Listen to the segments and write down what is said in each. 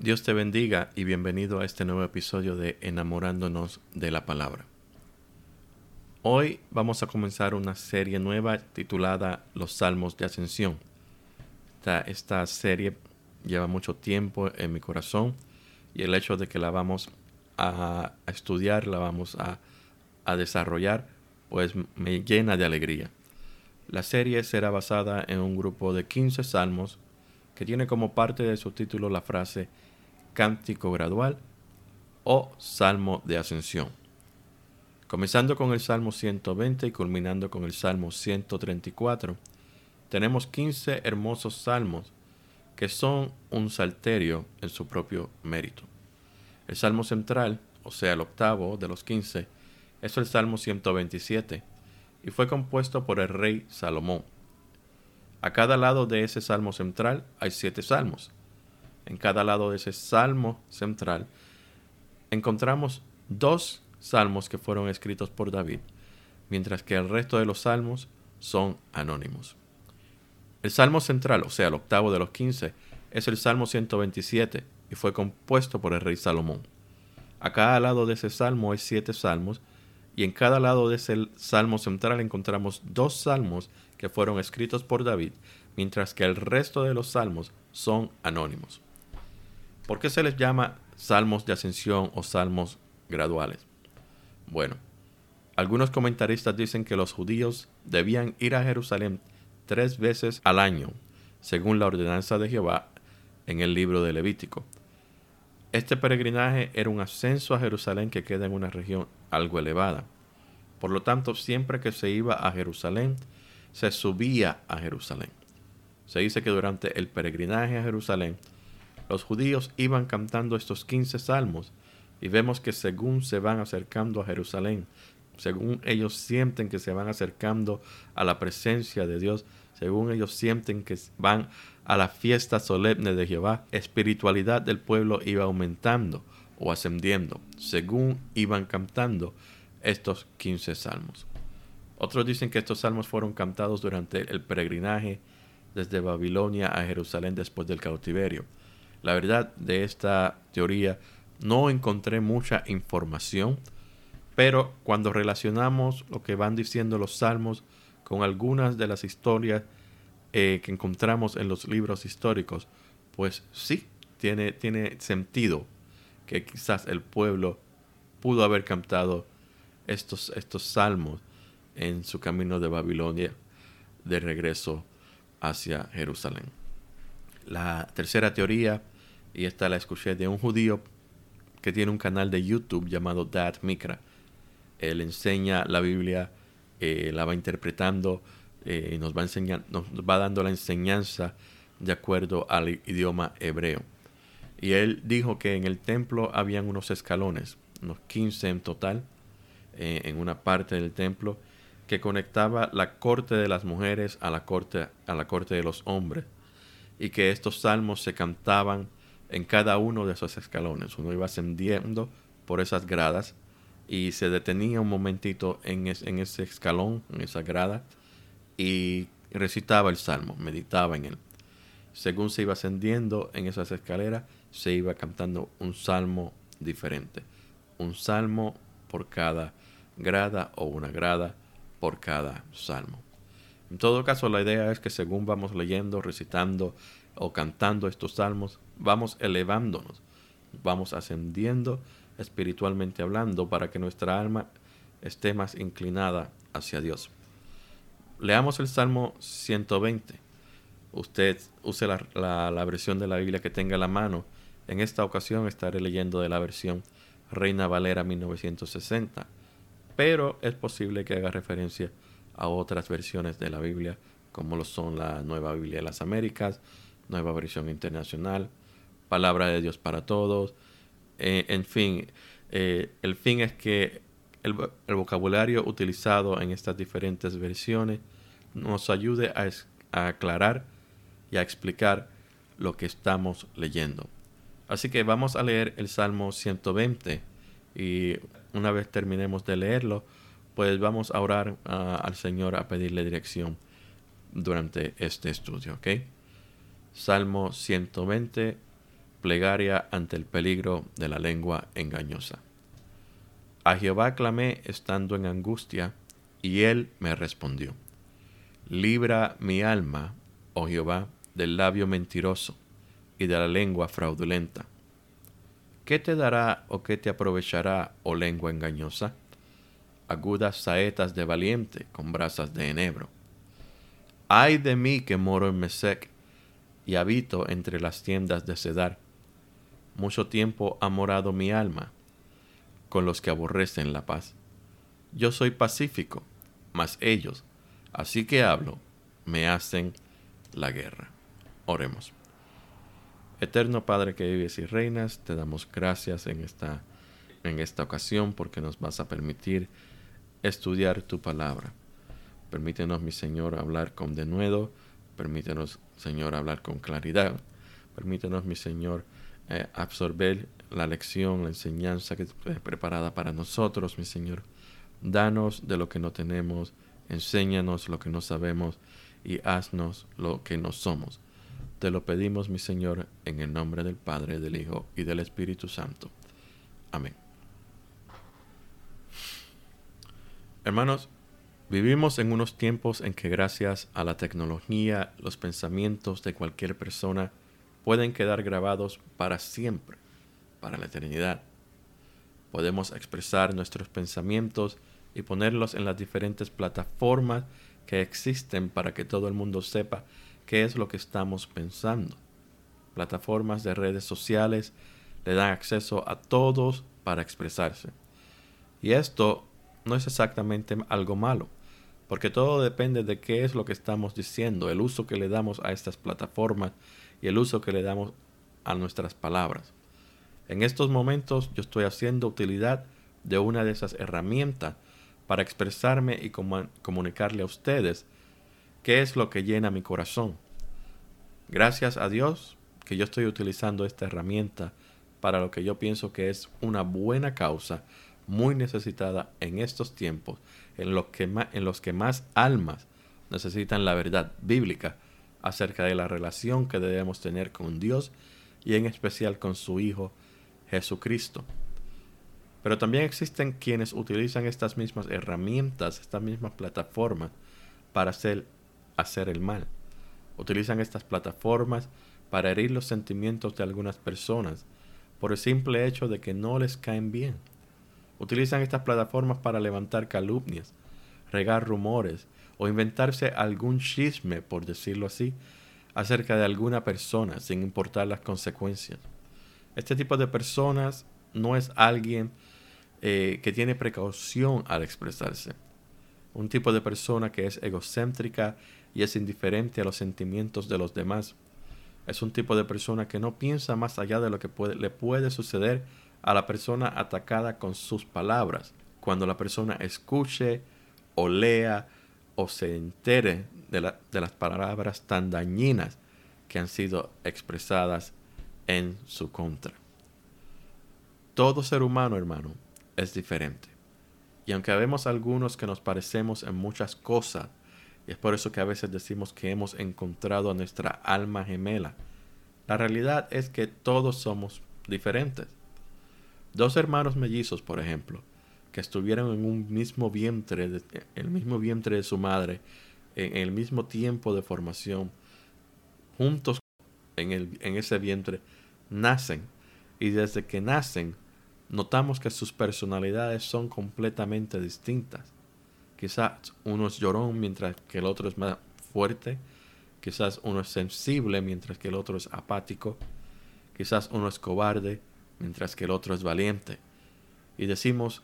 Dios te bendiga y bienvenido a este nuevo episodio de Enamorándonos de la Palabra. Hoy vamos a comenzar una serie nueva titulada Los Salmos de Ascensión. Esta serie lleva mucho tiempo en mi corazón y el hecho de que la vamos a estudiar, la vamos a desarrollar, pues me llena de alegría. La serie será basada en un grupo de 15 salmos que tiene como parte de su título la frase Cántico Gradual o Salmo de Ascensión. Comenzando con el Salmo 120 y culminando con el Salmo 134, tenemos 15 hermosos salmos que son un salterio en su propio mérito. El Salmo central, o sea el octavo de los 15, es el Salmo 127 y fue compuesto por el rey Salomón. A cada lado de ese Salmo central hay 7 salmos. En cada lado de ese salmo central encontramos 2 salmos que fueron escritos por David, mientras que el resto de los salmos son anónimos. El salmo central, o sea, el octavo de los 15, es el Salmo 127 y fue compuesto por el rey Salomón. A cada lado de ese salmo hay 7 salmos y en cada lado de ese salmo central encontramos 2 salmos que fueron escritos por David, mientras que el resto de los salmos son anónimos. ¿Por qué se les llama salmos de ascensión o salmos graduales? Bueno, algunos comentaristas dicen que los judíos debían ir a Jerusalén 3 veces al año, según la ordenanza de Jehová en el libro de Levítico. Este peregrinaje era un ascenso a Jerusalén que queda en una región algo elevada. Por lo tanto, siempre que se iba a Jerusalén, se subía a Jerusalén. Se dice que durante el peregrinaje a Jerusalén, los judíos iban cantando estos 15 salmos y vemos que según se van acercando a Jerusalén, según ellos sienten que se van acercando a la presencia de Dios, según ellos sienten que van a la fiesta solemne de Jehová, espiritualidad del pueblo iba aumentando o ascendiendo, según iban cantando estos 15 salmos. Otros dicen que estos salmos fueron cantados durante el peregrinaje desde Babilonia a Jerusalén después del cautiverio. La verdad, de esta teoría no encontré mucha información, pero cuando relacionamos lo que van diciendo los salmos con algunas de las historias que encontramos en los libros históricos, pues sí, tiene sentido que quizás el pueblo pudo haber cantado estos salmos en su camino de Babilonia de regreso hacia Jerusalén. La tercera teoría, y esta la escuché de un judío que tiene un canal de YouTube llamado Dad Mikra. Él enseña la Biblia, la va interpretando, nos va dando la enseñanza de acuerdo al idioma hebreo. Y él dijo que en el templo habían unos escalones, unos 15 en total, en una parte del templo, que conectaba la corte de las mujeres a la corte de los hombres, y que estos salmos se cantaban en cada uno de esos escalones. Uno iba ascendiendo por esas gradas y se detenía un momentito en ese escalón, en esa grada, y recitaba el salmo, meditaba en él. Según se iba ascendiendo en esas escaleras, se iba cantando un salmo diferente. Un salmo por cada grada o una grada por cada salmo. En todo caso, la idea es que según vamos leyendo, recitando o cantando estos salmos, vamos elevándonos, vamos ascendiendo espiritualmente hablando para que nuestra alma esté más inclinada hacia Dios. Leamos el Salmo 120. Usted use la versión de la Biblia que tenga a la mano. En esta ocasión estaré leyendo de la versión Reina Valera 1960, pero es posible que haga referencia a otras versiones de la Biblia, como lo son la Nueva Biblia de las Américas, Nueva Versión Internacional, Palabra de Dios para Todos. En fin, el fin es que el vocabulario utilizado en estas diferentes versiones nos ayude a aclarar y a explicar lo que estamos leyendo. Así que vamos a leer el Salmo 120 y una vez terminemos de leerlo, pues vamos a orar al Señor a pedirle dirección durante este estudio, ¿ok? Salmo 120, Plegaria ante el peligro de la lengua engañosa. A Jehová clamé estando en angustia, y él me respondió. Libra mi alma, oh Jehová, del labio mentiroso y de la lengua fraudulenta. ¿Qué te dará o qué te aprovechará, oh lengua engañosa? Agudas saetas de valiente con brasas de enebro. Ay de mí que moro en Mesec y habito entre las tiendas de Cedar. Mucho tiempo ha morado mi alma con los que aborrecen la paz. Yo soy pacífico, mas ellos, así que hablo, me hacen la guerra. Oremos. Eterno Padre que vives y reinas, te damos gracias en esta ocasión porque nos vas a permitir estudiar tu palabra. Permítenos, mi Señor, hablar con denuedo. Permítenos, Señor, hablar con claridad. Permítenos, mi Señor, absorber la lección, la enseñanza que es preparada para nosotros, mi Señor. Danos de lo que no tenemos, enséñanos lo que no sabemos y haznos lo que no somos. Te lo pedimos, mi Señor, en el nombre del Padre, del Hijo y del Espíritu Santo. Amén. Hermanos, vivimos en unos tiempos en que gracias a la tecnología, los pensamientos de cualquier persona pueden quedar grabados para siempre, para la eternidad. Podemos expresar nuestros pensamientos y ponerlos en las diferentes plataformas que existen para que todo el mundo sepa qué es lo que estamos pensando. Plataformas de redes sociales le dan acceso a todos para expresarse. Y esto no es exactamente algo malo, porque todo depende de qué es lo que estamos diciendo, el uso que le damos a estas plataformas y el uso que le damos a nuestras palabras. En estos momentos yo estoy haciendo utilidad de una de esas herramientas para expresarme y comunicarle a ustedes qué es lo que llena mi corazón. Gracias a Dios que yo estoy utilizando esta herramienta para lo que yo pienso que es una buena causa, muy necesitada en estos tiempos, en los que más almas necesitan la verdad bíblica acerca de la relación que debemos tener con Dios y en especial con su Hijo Jesucristo. Pero también existen quienes utilizan estas mismas herramientas, estas mismas plataformas para hacer el mal. Utilizan estas plataformas para herir los sentimientos de algunas personas por el simple hecho de que no les caen bien. Utilizan estas plataformas para levantar calumnias, regar rumores o inventarse algún chisme, por decirlo así, acerca de alguna persona sin importar las consecuencias. Este tipo de personas no es alguien que tiene precaución al expresarse. Un tipo de persona que es egocéntrica y es indiferente a los sentimientos de los demás. Es un tipo de persona que no piensa más allá de lo que le puede suceder a la persona atacada con sus palabras. Cuando la persona escuche o lea o se entere de las palabras tan dañinas que han sido expresadas en su contra. Todo ser humano, hermano, es diferente. Y aunque habemos algunos que nos parecemos en muchas cosas, y es por eso que a veces decimos que hemos encontrado a nuestra alma gemela, la realidad es que todos somos diferentes. Dos hermanos mellizos, por ejemplo, que estuvieron en el mismo vientre de su madre, en el mismo tiempo de formación, juntos en ese vientre, nacen. Y desde que nacen, notamos que sus personalidades son completamente distintas. Quizás uno es llorón mientras que el otro es más fuerte. Quizás uno es sensible mientras que el otro es apático. Quizás uno es cobarde mientras que el otro es valiente. Y decimos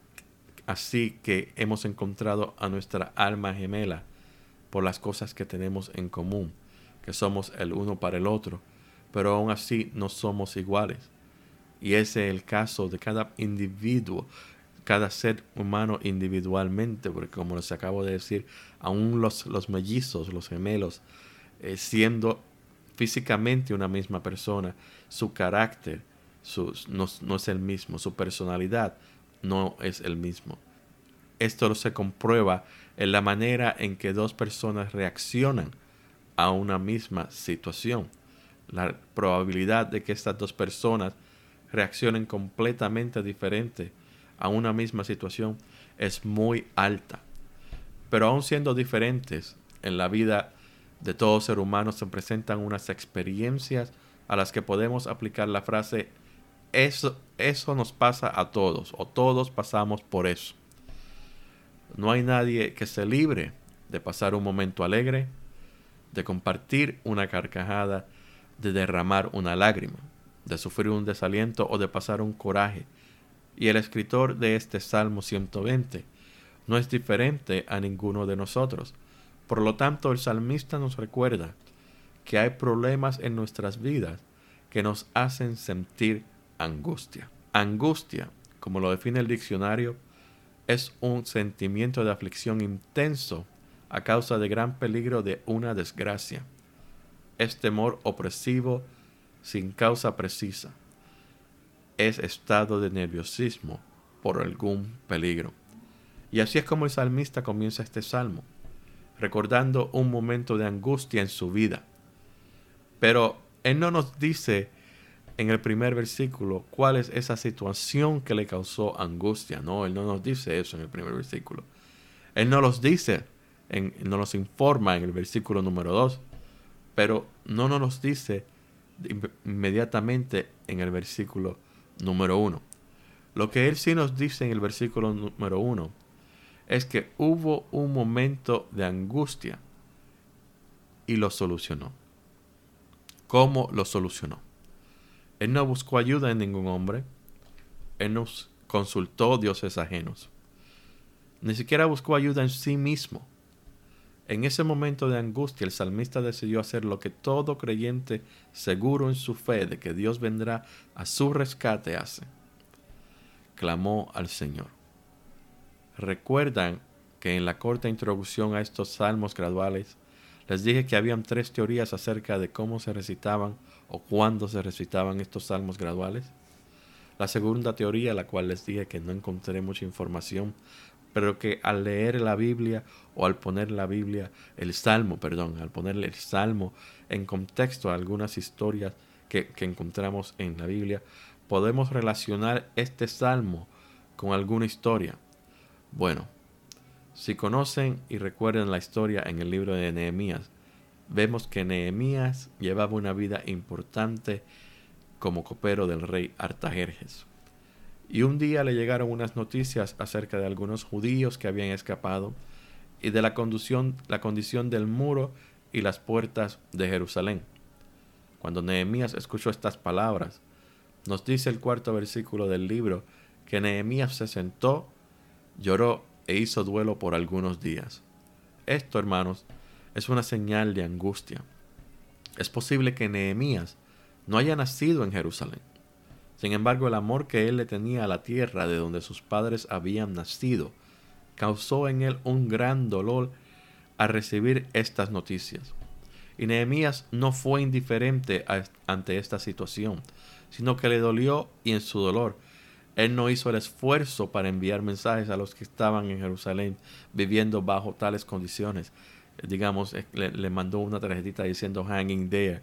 así que hemos encontrado a nuestra alma gemela por las cosas que tenemos en común, que somos el uno para el otro, pero aún así no somos iguales. Y ese es el caso de cada individuo, cada ser humano individualmente, porque como les acabo de decir, aún los mellizos, los gemelos, siendo físicamente una misma persona, su carácter no es el mismo, su personalidad no es el mismo. Esto se comprueba en la manera en que dos personas reaccionan a una misma situación. la probabilidad de que estas dos personas reaccionen completamente diferente a una misma situación es muy alta. Pero aun siendo diferentes, en la vida de todo ser humano se presentan unas experiencias a las que podemos aplicar la frase eso nos pasa a todos, o todos pasamos por eso. No hay nadie que se libre de pasar un momento alegre, de compartir una carcajada, de derramar una lágrima, de sufrir un desaliento o de pasar un coraje. Y el escritor de este Salmo 120 no es diferente a ninguno de nosotros. Por lo tanto, el salmista nos recuerda que hay problemas en nuestras vidas que nos hacen sentir angustia. Angustia, como lo define el diccionario, es un sentimiento de aflicción intenso a causa de gran peligro de una desgracia. Es temor opresivo sin causa precisa. Es estado de nerviosismo por algún peligro. Y así es como el salmista comienza este salmo, recordando un momento de angustia en su vida. Pero él no nos dice en el primer versículo cuál es esa situación que le causó angustia. No, él no nos dice eso en el primer versículo. Él no los dice, no nos informa en el versículo número 2, pero no nos los dice inmediatamente en el versículo número 1. Lo que él sí nos dice en el versículo número 1 es que hubo un momento de angustia y lo solucionó. ¿Cómo lo solucionó? Él no buscó ayuda en ningún hombre. Él no consultó dioses ajenos. Ni siquiera buscó ayuda en sí mismo. En ese momento de angustia, el salmista decidió hacer lo que todo creyente seguro en su fe de que Dios vendrá a su rescate hace. Clamó al Señor. Recuerdan que en la corta introducción a estos salmos graduales les dije que habían 3 teorías acerca de cómo se recitaban o cuándo se recitaban estos salmos graduales. La segunda teoría, la cual les dije que no encontré mucha información, pero que al leer la Biblia o al poner al ponerle el salmo en contexto a algunas historias que encontramos en la Biblia, podemos relacionar este salmo con alguna historia. Bueno, si conocen y recuerdan la historia en el libro de Nehemías, vemos que Nehemías llevaba una vida importante como copero del rey Artajerjes. Y un día le llegaron unas noticias acerca de algunos judíos que habían escapado y de la condición del muro y las puertas de Jerusalén. Cuando Nehemías escuchó estas palabras, nos dice el 4º versículo del libro que Nehemías se sentó, lloró e hizo duelo por algunos días. Esto, hermanos, es una señal de angustia. Es posible que Nehemías no haya nacido en Jerusalén. Sin embargo, el amor que él le tenía a la tierra de donde sus padres habían nacido causó en él un gran dolor al recibir estas noticias. Y Nehemías no fue indiferente ante esta situación, sino que le dolió, y en su dolor él no hizo el esfuerzo para enviar mensajes a los que estaban en Jerusalén viviendo bajo tales condiciones. Digamos, le mandó una tarjetita diciendo hanging there,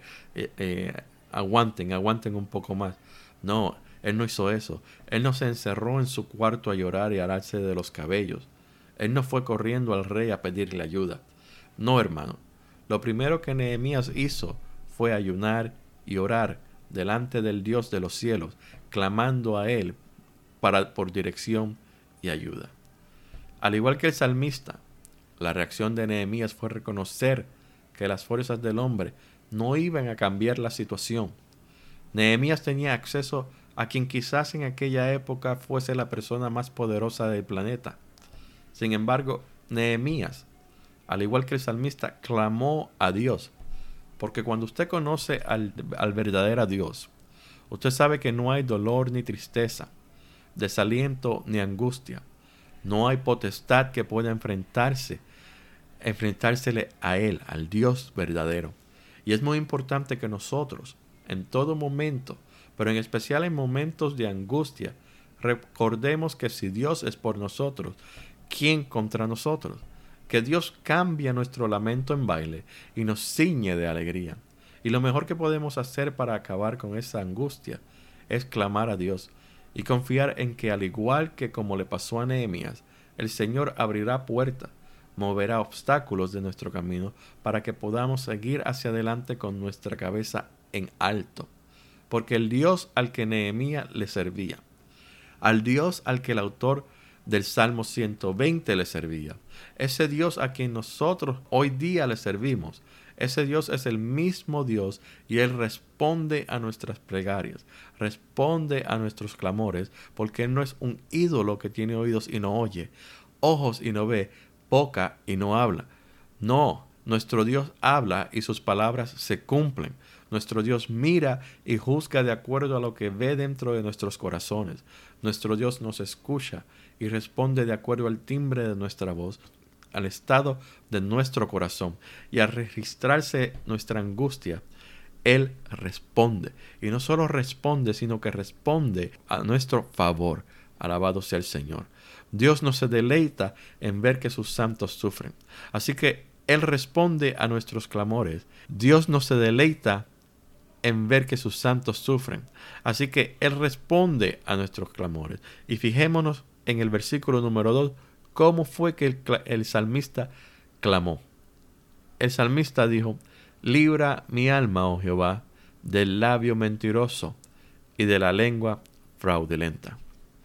aguanten un poco más. No, él no hizo eso. Él no se encerró en su cuarto a llorar y a alarse de los cabellos. Él no fue corriendo al rey a pedirle ayuda. No, hermano. Lo primero que Nehemías hizo fue ayunar y orar delante del Dios de los cielos, clamando a él por dirección y ayuda. Al igual que el salmista, la reacción de Nehemías fue reconocer que las fuerzas del hombre no iban a cambiar la situación. Nehemías tenía acceso a quien quizás en aquella época fuese la persona más poderosa del planeta. Sin embargo, Nehemías, al igual que el salmista, clamó a Dios. Porque cuando usted conoce al verdadero Dios, usted sabe que no hay dolor ni tristeza, desaliento ni angustia. No hay potestad que pueda enfrentársele a Él, al Dios verdadero. Y es muy importante que nosotros, en todo momento, pero en especial en momentos de angustia, recordemos que si Dios es por nosotros, ¿quién contra nosotros? Que Dios cambia nuestro lamento en baile y nos ciñe de alegría. Y lo mejor que podemos hacer para acabar con esa angustia es clamar a Dios y confiar en que, al igual que como le pasó a Nehemías, el Señor abrirá puertas, moverá obstáculos de nuestro camino para que podamos seguir hacia adelante con nuestra cabeza en alto. Porque el Dios al que Nehemías le servía, al Dios al que el autor del Salmo 120 le servía, ese Dios a quien nosotros hoy día le servimos, ese Dios es el mismo Dios y Él responde a nuestras plegarias, responde a nuestros clamores, porque Él no es un ídolo que tiene oídos y no oye, ojos y no ve, boca y no habla. No, nuestro Dios habla y sus palabras se cumplen. Nuestro Dios mira y juzga de acuerdo a lo que ve dentro de nuestros corazones. Nuestro Dios nos escucha y responde de acuerdo al timbre de nuestra voz, al estado de nuestro corazón. Y al registrarse nuestra angustia, Él responde. Y no solo responde, sino que responde a nuestro favor. Alabado sea el Señor. Dios no se deleita en ver que sus santos sufren. Así que Él responde a nuestros clamores. Dios no se deleita en ver que sus santos sufren. Así que Él responde a nuestros clamores. Y fijémonos en el versículo número 2, cómo fue que el salmista clamó. El salmista dijo: libra mi alma, oh Jehová, del labio mentiroso y de la lengua fraudulenta.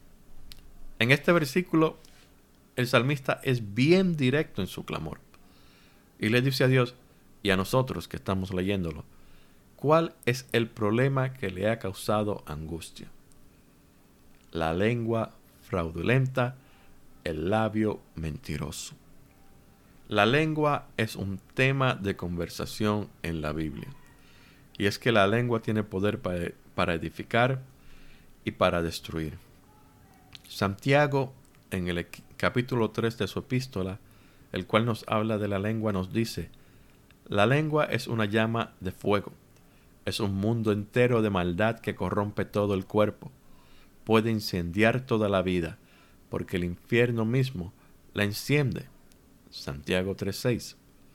En este versículo, el salmista es bien directo en su clamor. Y le dice a Dios y a nosotros que estamos leyéndolo, ¿cuál es el problema que le ha causado angustia? La lengua fraudulenta, el labio mentiroso. La lengua es un tema de conversación en la Biblia. Y es que la lengua tiene poder para edificar y para destruir. Santiago, en el capítulo 3 de su epístola, el cual nos habla de la lengua, nos dice: la lengua es una llama de fuego. Es un mundo entero de maldad que corrompe todo el cuerpo. Puede incendiar toda la vida, porque el infierno mismo la enciende. Santiago 3:6.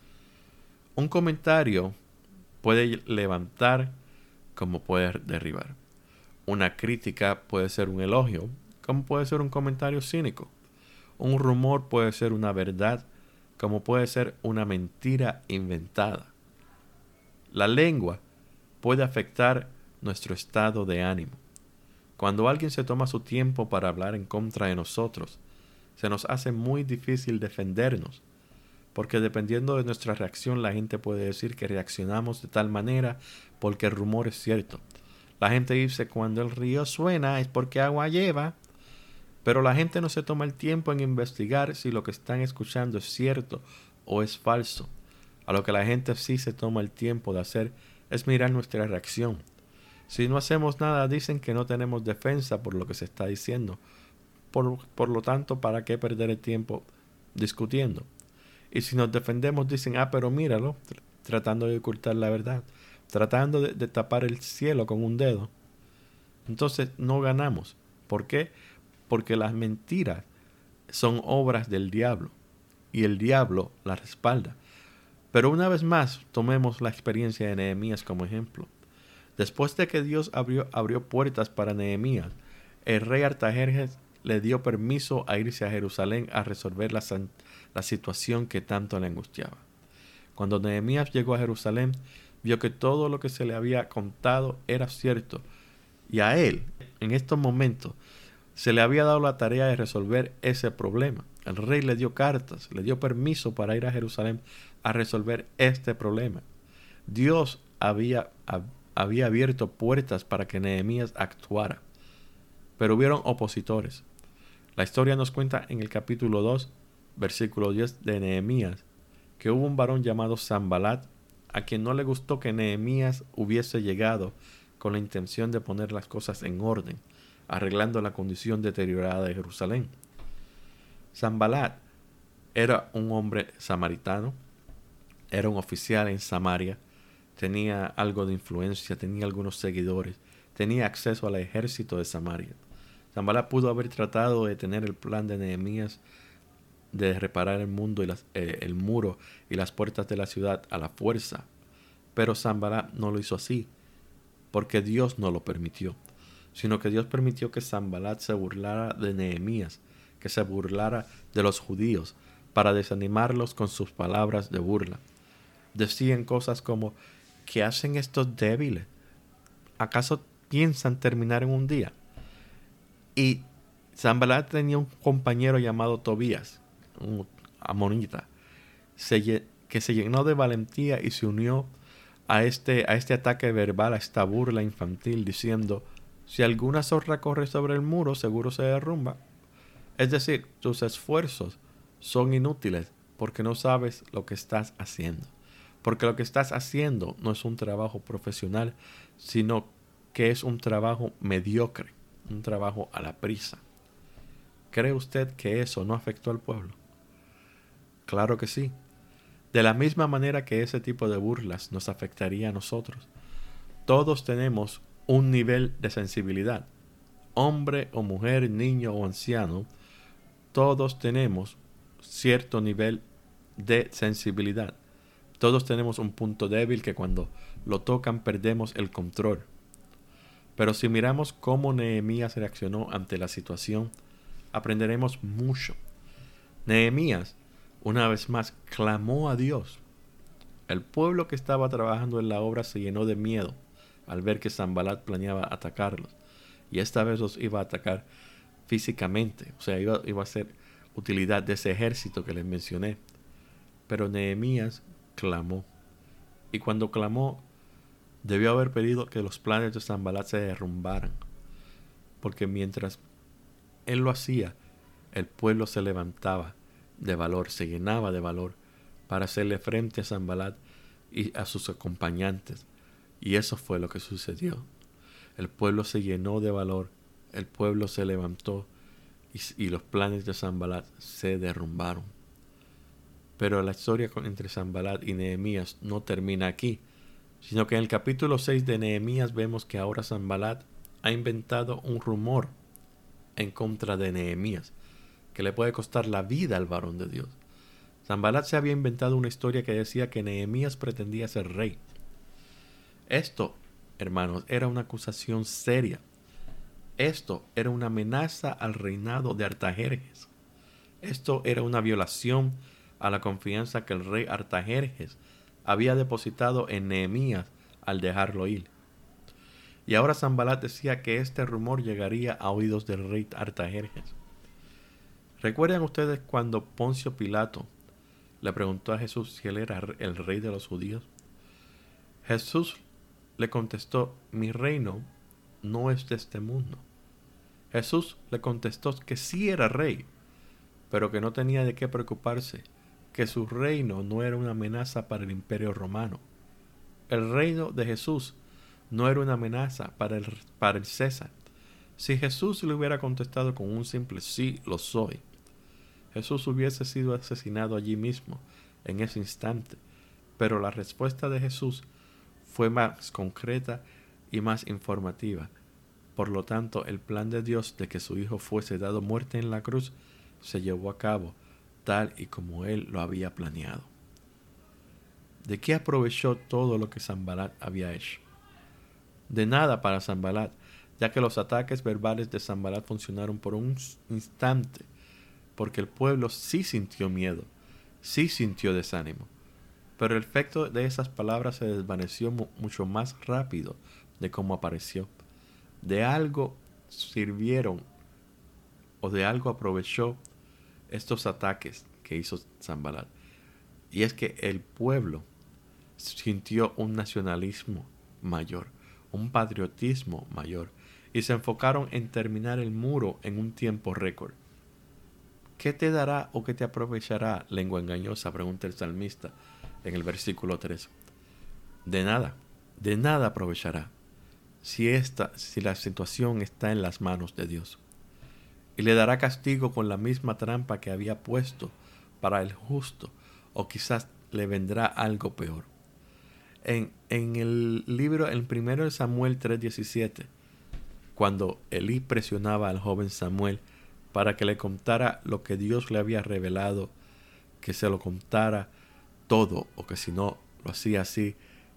Un comentario puede levantar como puede derribar. Una crítica puede ser un elogio, como puede ser un comentario cínico. Un rumor puede ser una verdad, como puede ser una mentira inventada. La lengua puede afectar nuestro estado de ánimo. Cuando alguien se toma su tiempo para hablar en contra de nosotros, se nos hace muy difícil defendernos, porque dependiendo de nuestra reacción, la gente puede decir que reaccionamos de tal manera porque el rumor es cierto. La gente dice: cuando el río suena es porque agua lleva. Pero la gente no se toma el tiempo en investigar si lo que están escuchando es cierto o es falso. A lo que la gente sí se toma el tiempo de hacer es mirar nuestra reacción. Si no hacemos nada, dicen que no tenemos defensa por lo que se está diciendo. Por lo tanto, ¿para qué perder el tiempo discutiendo? Y si nos defendemos, dicen: pero míralo, tratando de ocultar la verdad, tratando de tapar el cielo con un dedo. Entonces no ganamos. ¿Por qué? Porque las mentiras son obras del diablo y el diablo las respalda. Pero una vez más, tomemos la experiencia de Nehemías como ejemplo. Después de que Dios abrió puertas para Nehemías, el rey Artajerjes le dio permiso a irse a Jerusalén a resolver la situación que tanto le angustiaba. Cuando Nehemías llegó a Jerusalén, vio que todo lo que se le había contado era cierto. Y a él, en estos momentos, se le había dado la tarea de resolver ese problema. El rey le dio cartas, le dio permiso para ir a Jerusalén a resolver este problema. Dios había abierto puertas para que Nehemías actuara, pero hubieron opositores. La historia nos cuenta en el capítulo 2, versículo 10 de Nehemías, que hubo un varón llamado Sanbalat, a quien no le gustó que Nehemías hubiese llegado con la intención de poner las cosas en orden, arreglando la condición deteriorada de Jerusalén. Sanbalat era un hombre samaritano, era un oficial en Samaria, tenía algo de influencia, tenía algunos seguidores, tenía acceso al ejército de Samaria. Sanbalat pudo haber tratado de tener el plan de Nehemías de reparar el muro y las puertas de la ciudad a la fuerza, Pero Sanbalat no lo hizo así, porque Dios no lo permitió, sino que Dios permitió que Sanbalat se burlara de Nehemías, que se burlara de los judíos, para desanimarlos con sus palabras de burla. Decían cosas como: ¿qué hacen estos débiles? ¿Acaso piensan terminar en un día? Y Sanbalat tenía un compañero llamado Tobías, un amonita, que se llenó de valentía y se unió a este ataque verbal, a esta burla infantil, diciendo: si alguna zorra corre sobre el muro, seguro se derrumba. Es decir, tus esfuerzos son inútiles porque no sabes lo que estás haciendo. Porque lo que estás haciendo no es un trabajo profesional, sino que es un trabajo mediocre, un trabajo a la prisa. ¿Cree usted que eso no afectó al pueblo? Claro que sí. De la misma manera que ese tipo de burlas nos afectaría a nosotros. Todos tenemos un nivel de sensibilidad. Hombre o mujer, niño o anciano, todos tenemos cierto nivel de sensibilidad. Todos tenemos un punto débil que cuando lo tocan perdemos el control. Pero si miramos cómo Nehemías reaccionó ante la situación, aprenderemos mucho. Nehemías, una vez más, clamó a Dios. El pueblo que estaba trabajando en la obra se llenó de miedo al ver que Sanbalat planeaba atacarlos. Y esta vez los iba a atacar físicamente, o sea, iba a ser utilidad de ese ejército que les mencioné. Pero Nehemías clamó. Y cuando clamó, debió haber pedido que los planes de Sanbalat se derrumbaran. Porque mientras él lo hacía, el pueblo se levantaba de valor, se llenaba de valor para hacerle frente a Sanbalat y a sus acompañantes. Y eso fue lo que sucedió. El pueblo se llenó de valor, el pueblo se levantó y los planes de Sanbalat se derrumbaron. Pero la historia entre Sanbalat y Nehemías no termina aquí, sino que en el capítulo 6 de Nehemías vemos que ahora Sanbalat ha inventado un rumor en contra de Nehemías, que le puede costar la vida al varón de Dios. Sanbalat se había inventado una historia que decía que Nehemías pretendía ser rey. Esto, hermanos, era una acusación seria. Esto era una amenaza al reinado de Artajerjes. Esto era una violación a la confianza que el rey Artajerjes había depositado en Nehemías al dejarlo ir. Y ahora Sanbalat decía que este rumor llegaría a oídos del rey Artajerjes. ¿Recuerdan ustedes cuando Poncio Pilato le preguntó a Jesús si él era el rey de los judíos? Jesús le contestó: mi reino no es de este mundo. Jesús le contestó que sí era rey, pero que no tenía de qué preocuparse, que su reino no era una amenaza para el imperio romano. El reino de Jesús no era una amenaza para el César. Si Jesús le hubiera contestado con un simple sí, lo soy, Jesús hubiese sido asesinado allí mismo, en ese instante. Pero la respuesta de Jesús fue más concreta y más informativa. Por lo tanto, el plan de Dios de que su Hijo fuese dado muerte en la cruz se llevó a cabo tal y como Él lo había planeado. ¿De qué aprovechó todo lo que Sanbalat había hecho? De nada para Sanbalat, ya que los ataques verbales de Sanbalat funcionaron por un instante, porque el pueblo sí sintió miedo, sí sintió desánimo. Pero el efecto de esas palabras se desvaneció mucho más rápido de cómo apareció. De algo sirvieron o de algo aprovechó estos ataques que hizo Sanbalat. Y es que el pueblo sintió un nacionalismo mayor, un patriotismo mayor, y se enfocaron en terminar el muro en un tiempo récord. ¿Qué te dará o qué te aprovechará, lengua engañosa?, pregunta el salmista en el versículo 3. De nada aprovechará si la situación está en las manos de Dios. Y le dará castigo con la misma trampa que había puesto para el justo, o quizás le vendrá algo peor. En el libro, en 1 Samuel 3:17, cuando Elí presionaba al joven Samuel para que le contara lo que Dios le había revelado, que se lo contara todo, o que si no lo hacía así,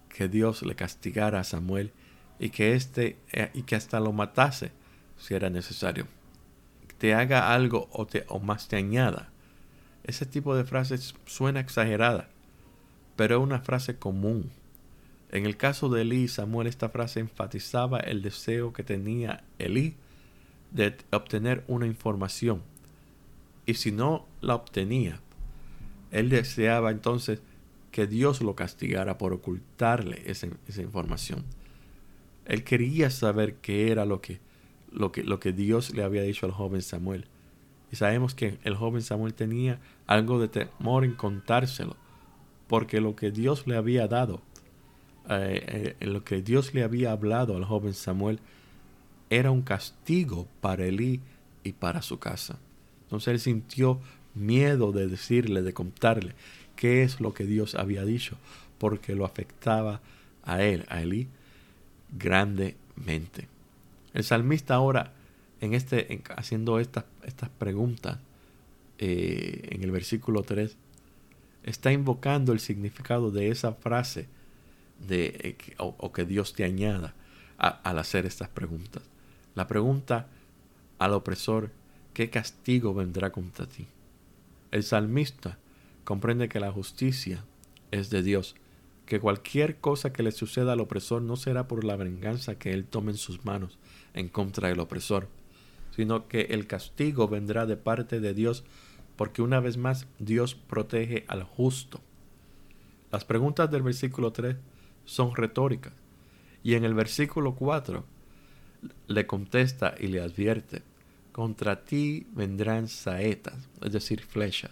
que Dios le castigara a Samuel y que hasta lo matase si era necesario. Te haga algo o más te añada. Ese tipo de frases suena exagerada, pero es una frase común. En el caso de Elí y Samuel, esta frase enfatizaba el deseo que tenía Elí de obtener una información. Y si no la obtenía, él deseaba entonces que Dios lo castigara por ocultarle esa información. Él quería saber qué era lo que Dios le había dicho al joven Samuel. Y sabemos que el joven Samuel tenía algo de temor en contárselo, porque lo que Dios le había dado, lo que Dios le había hablado al joven Samuel, era un castigo para Elí y para su casa. Entonces él sintió miedo de decirle, de contarle qué es lo que Dios había dicho, porque lo afectaba a Elí, grandemente. El salmista ahora, haciendo estas preguntas, en el versículo 3, está invocando el significado de esa frase o que Dios te añada al hacer estas preguntas. La pregunta al opresor: ¿qué castigo vendrá contra ti? El salmista comprende que la justicia es de Dios, que cualquier cosa que le suceda al opresor no será por la venganza que él tome en sus manos en contra del opresor, sino que el castigo vendrá de parte de Dios, porque una vez más Dios protege al justo. Las preguntas del versículo 3 son retóricas, y en el versículo 4 le contesta y le advierte: contra ti vendrán saetas, es decir, flechas,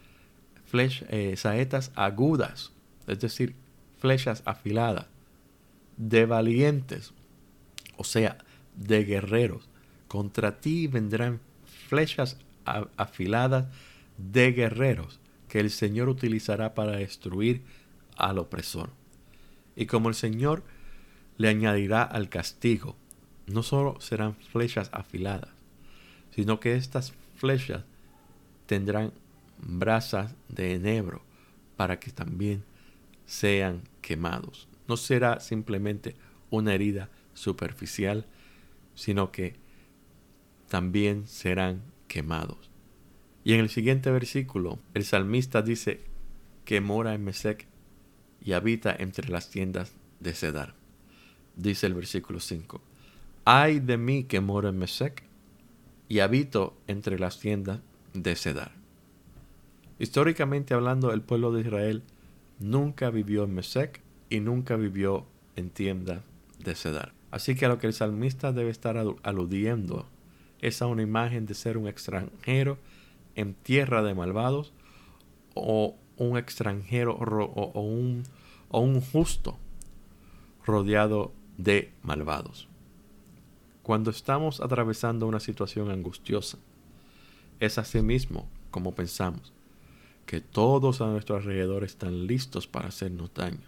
saetas agudas, es decir, flechas afiladas, de valientes, o sea, de guerreros. Contra ti vendrán flechas afiladas de guerreros que el Señor utilizará para destruir al opresor. Y como el Señor le añadirá al castigo, no solo serán flechas afiladas, sino que estas flechas tendrán brasas de enebro para que también sean quemados. No será simplemente una herida superficial, sino que también serán quemados. Y en el siguiente versículo, el salmista dice que mora en Mesec y habita entre las tiendas de Cedar. Dice el versículo 5: ay de mí que moro en Mesec y habito entre las tiendas de Cedar. Históricamente hablando, el pueblo de Israel nunca vivió en Mesec y nunca vivió en tiendas de Cedar. Así que a lo que el salmista debe estar aludiendo es a una imagen de ser un extranjero en tierra de malvados, o un extranjero o un justo rodeado de malvados. Cuando estamos atravesando una situación angustiosa, es asimismo como pensamos, que todos a nuestro alrededor están listos para hacernos daño,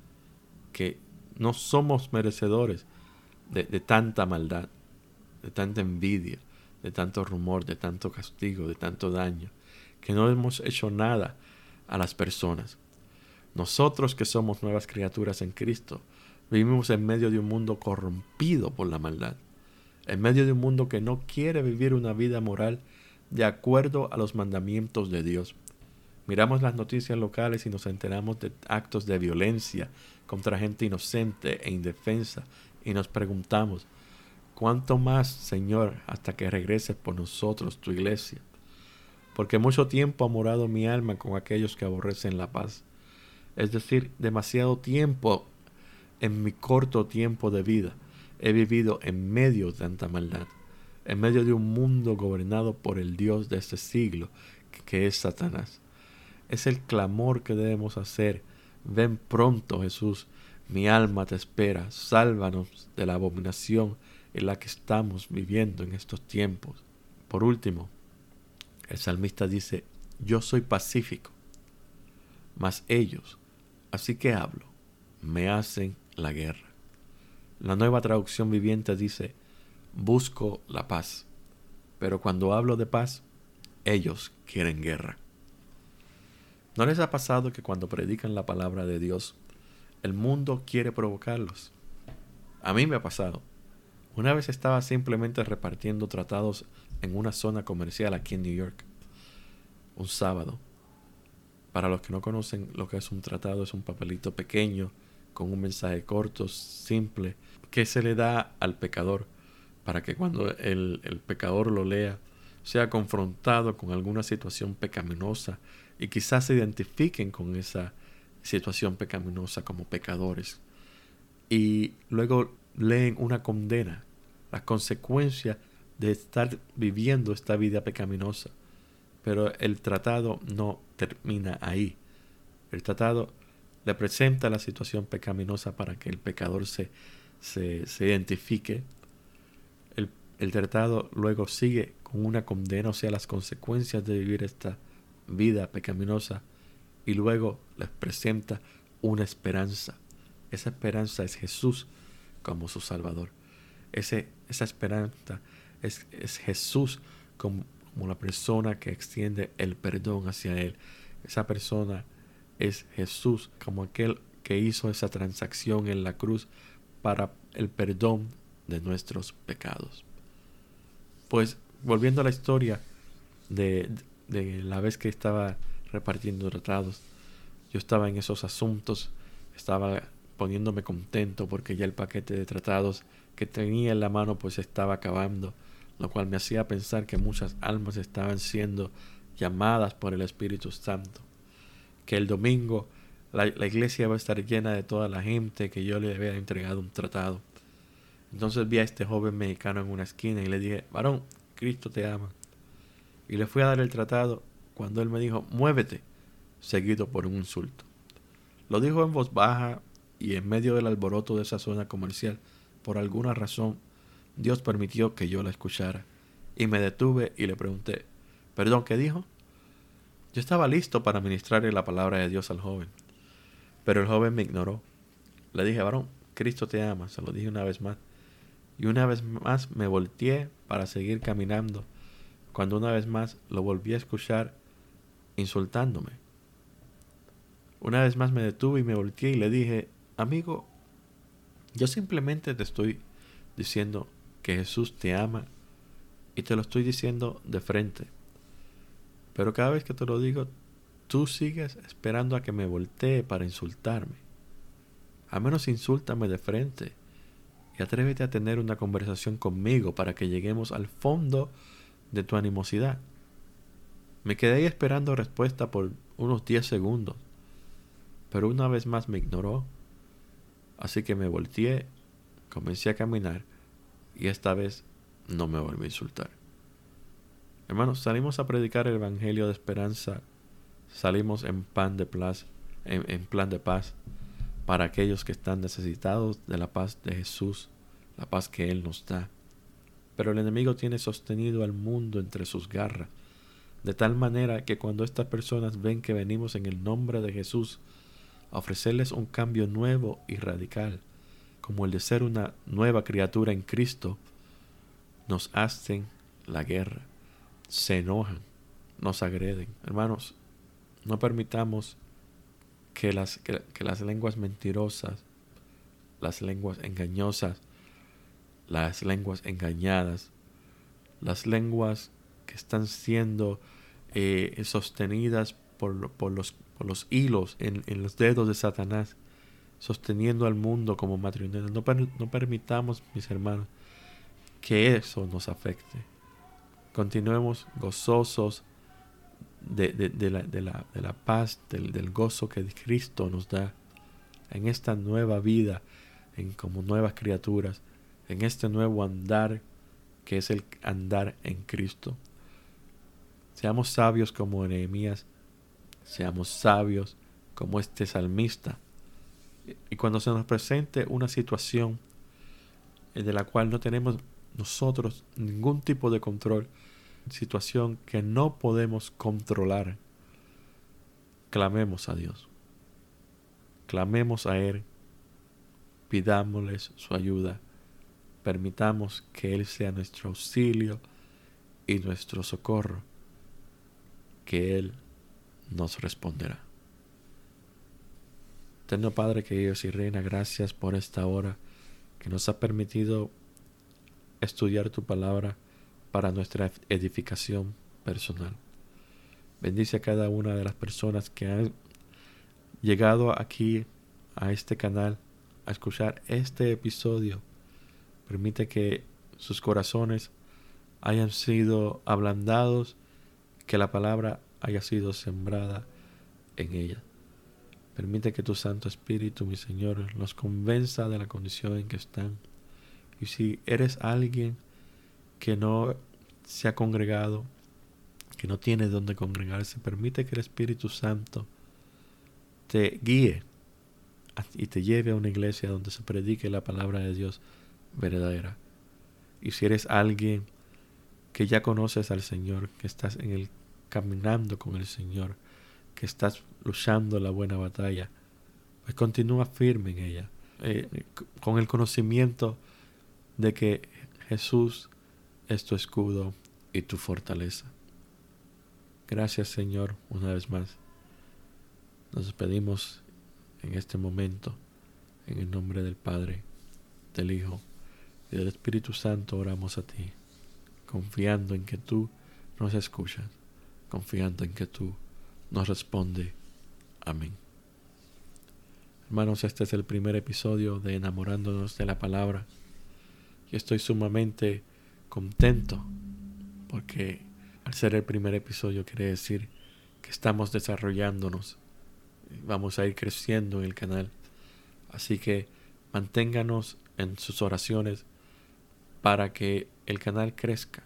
que no somos merecedores de tanta maldad, de tanta envidia, de tanto rumor, de tanto castigo, de tanto daño, que no hemos hecho nada a las personas. Nosotros, que somos nuevas criaturas en Cristo, vivimos en medio de un mundo corrompido por la maldad, en medio de un mundo que no quiere vivir una vida moral de acuerdo a los mandamientos de Dios. Miramos las noticias locales y nos enteramos de actos de violencia contra gente inocente e indefensa, y nos preguntamos: ¿cuánto más, Señor, hasta que regreses por nosotros, tu iglesia? Porque mucho tiempo ha morado mi alma con aquellos que aborrecen la paz. Es decir, demasiado tiempo en mi corto tiempo de vida he vivido en medio de tanta maldad, en medio de un mundo gobernado por el Dios de este siglo, que es Satanás. Es el clamor que debemos hacer: ven pronto, Jesús, mi alma te espera, sálvanos de la abominación en la que estamos viviendo en estos tiempos. Por último, el salmista dice: yo soy pacífico, mas ellos, así que hablo, me hacen la guerra. La Nueva Traducción Viviente dice: busco la paz, pero cuando hablo de paz, ellos quieren guerra. ¿No les ha pasado que cuando predican la palabra de Dios, el mundo quiere provocarlos. A mí me ha pasado. Una vez estaba simplemente repartiendo tratados en una zona comercial aquí en New York, un sábado. Para los que no conocen lo que es un tratado, es un papelito pequeño con un mensaje corto, simple, que se le da al pecador para que cuando el pecador lo lea, sea confrontado con alguna situación pecaminosa y quizás se identifiquen con esa situación pecaminosa como pecadores. Y luego leen una condena, las consecuencias de estar viviendo esta vida pecaminosa. Pero el tratado no termina ahí. El tratado le presenta la situación pecaminosa para que el pecador se identifique. El tratado luego sigue con una condena, o sea, las consecuencias de vivir esta vida pecaminosa, y luego les presenta una esperanza. Esa esperanza es Jesús como su Salvador. Esa esperanza es Jesús como la persona que extiende el perdón hacia Él. Esa persona es Jesús como aquel que hizo esa transacción en la cruz para el perdón de nuestros pecados. Pues volviendo a la historia de la vez que estaba repartiendo tratados, yo estaba en esos asuntos, estaba poniéndome contento porque ya el paquete de tratados que tenía en la mano pues estaba acabando, lo cual me hacía pensar que muchas almas estaban siendo llamadas por el Espíritu Santo, que el domingo la iglesia va a estar llena de toda la gente que yo le había entregado un tratado. Entonces vi a este joven mexicano en una esquina y le dije: varón, Cristo te ama. Y le fui a dar el tratado cuando él me dijo: muévete, seguido por un insulto. Lo dijo en voz baja y en medio del alboroto de esa zona comercial. Por alguna razón, Dios permitió que yo la escuchara. Y me detuve y le pregunté: perdón, ¿qué dijo? Yo estaba listo para ministrarle la palabra de Dios al joven, pero el joven me ignoró. Le dije: varón, Cristo te ama. Se lo dije una vez más. Y una vez más me volteé para seguir caminando, cuando una vez más lo volví a escuchar insultándome. Una vez más me detuve y me volteé y le dije: amigo, yo simplemente te estoy diciendo que Jesús te ama y te lo estoy diciendo de frente. Pero cada vez que te lo digo, tú sigues esperando a que me voltee para insultarme. Al menos insúltame de frente y atrévete a tener una conversación conmigo para que lleguemos al fondo de tu animosidad. Me quedé ahí esperando respuesta por unos 10 segundos, pero una vez más me ignoró. Así que me volteé, comencé a caminar y esta vez no me volví a insultar. Hermanos, salimos a predicar el evangelio de esperanza, salimos en plan de paz para aquellos que están necesitados de la paz de Jesús, la paz que Él nos da. Pero el enemigo tiene sostenido al mundo entre sus garras, de tal manera que cuando estas personas ven que venimos en el nombre de Jesús a ofrecerles un cambio nuevo y radical, como el de ser una nueva criatura en Cristo, nos hacen la guerra, se enojan, nos agreden. Hermanos, no permitamos que las lenguas mentirosas, las lenguas engañosas, las lenguas engañadas, las lenguas que están siendo sostenidas por los hilos en los dedos de Satanás, sosteniendo al mundo como marionetas. No permitamos, mis hermanos, que eso nos afecte. Continuemos gozosos de la paz, del gozo que Cristo nos da en esta nueva vida, como nuevas criaturas, en este nuevo andar que es el andar en Cristo. Seamos sabios como Nehemías, seamos sabios como este salmista. Y cuando se nos presente una situación de la cual no tenemos nosotros ningún tipo de control, situación que no podemos controlar, clamemos a Dios. Clamemos a Él, pidámosles su ayuda, permitamos que Él sea nuestro auxilio y nuestro socorro, que Él nos responderá. Eterno Padre que Dios y reina, gracias por esta hora que nos ha permitido estudiar tu palabra para nuestra edificación personal. Bendice a cada una de las personas que han llegado aquí a este canal a escuchar este episodio. Permite que sus corazones hayan sido ablandados, que la palabra haya sido sembrada en ella. Permite que tu Santo Espíritu, mi Señor, los convenza de la condición en que están. Y si eres alguien que no se ha congregado, que no tiene dónde congregarse, permite que el Espíritu Santo te guíe y te lleve a una iglesia donde se predique la palabra de Dios verdadera. Y si eres alguien que ya conoces al Señor, que estás caminando con el Señor, que estás luchando la buena batalla, pues continúa firme en ella, con el conocimiento de que Jesús es tu escudo y tu fortaleza. Gracias, Señor, una vez más. Nos despedimos en este momento, en el nombre del Padre, del Hijo y del Espíritu Santo oramos a ti, confiando en que tú nos escuchas, confiando en que tú nos respondes. Amén. Hermanos, este es el primer episodio de Enamorándonos de la Palabra. Y estoy sumamente contento porque al ser el primer episodio quiere decir que estamos desarrollándonos. Vamos a ir creciendo en el canal. Así que manténganos en sus oraciones para que el canal crezca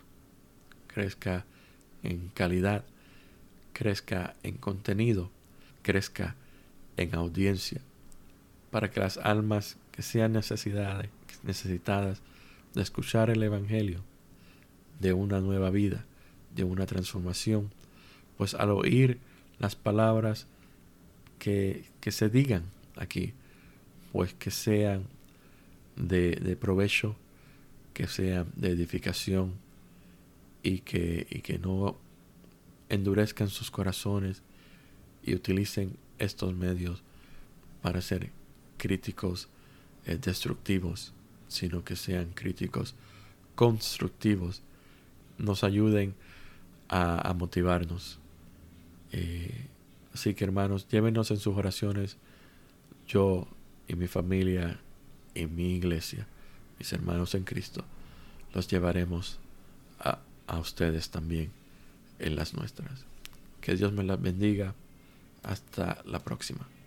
en calidad, crezca en contenido, crezca en audiencia, para que las almas que sean necesitadas de escuchar el Evangelio, de una nueva vida, de una transformación, pues al oír las palabras que se digan aquí, pues que sean de provecho, que sean de edificación y que no endurezcan sus corazones y utilicen estos medios para ser críticos destructivos, sino que sean críticos constructivos, nos ayuden a motivarnos. Así que, hermanos, llévenos en sus oraciones, yo y mi familia y mi iglesia, mis hermanos en Cristo, los llevaremos a ustedes también en las nuestras. Que Dios me las bendiga. Hasta la próxima.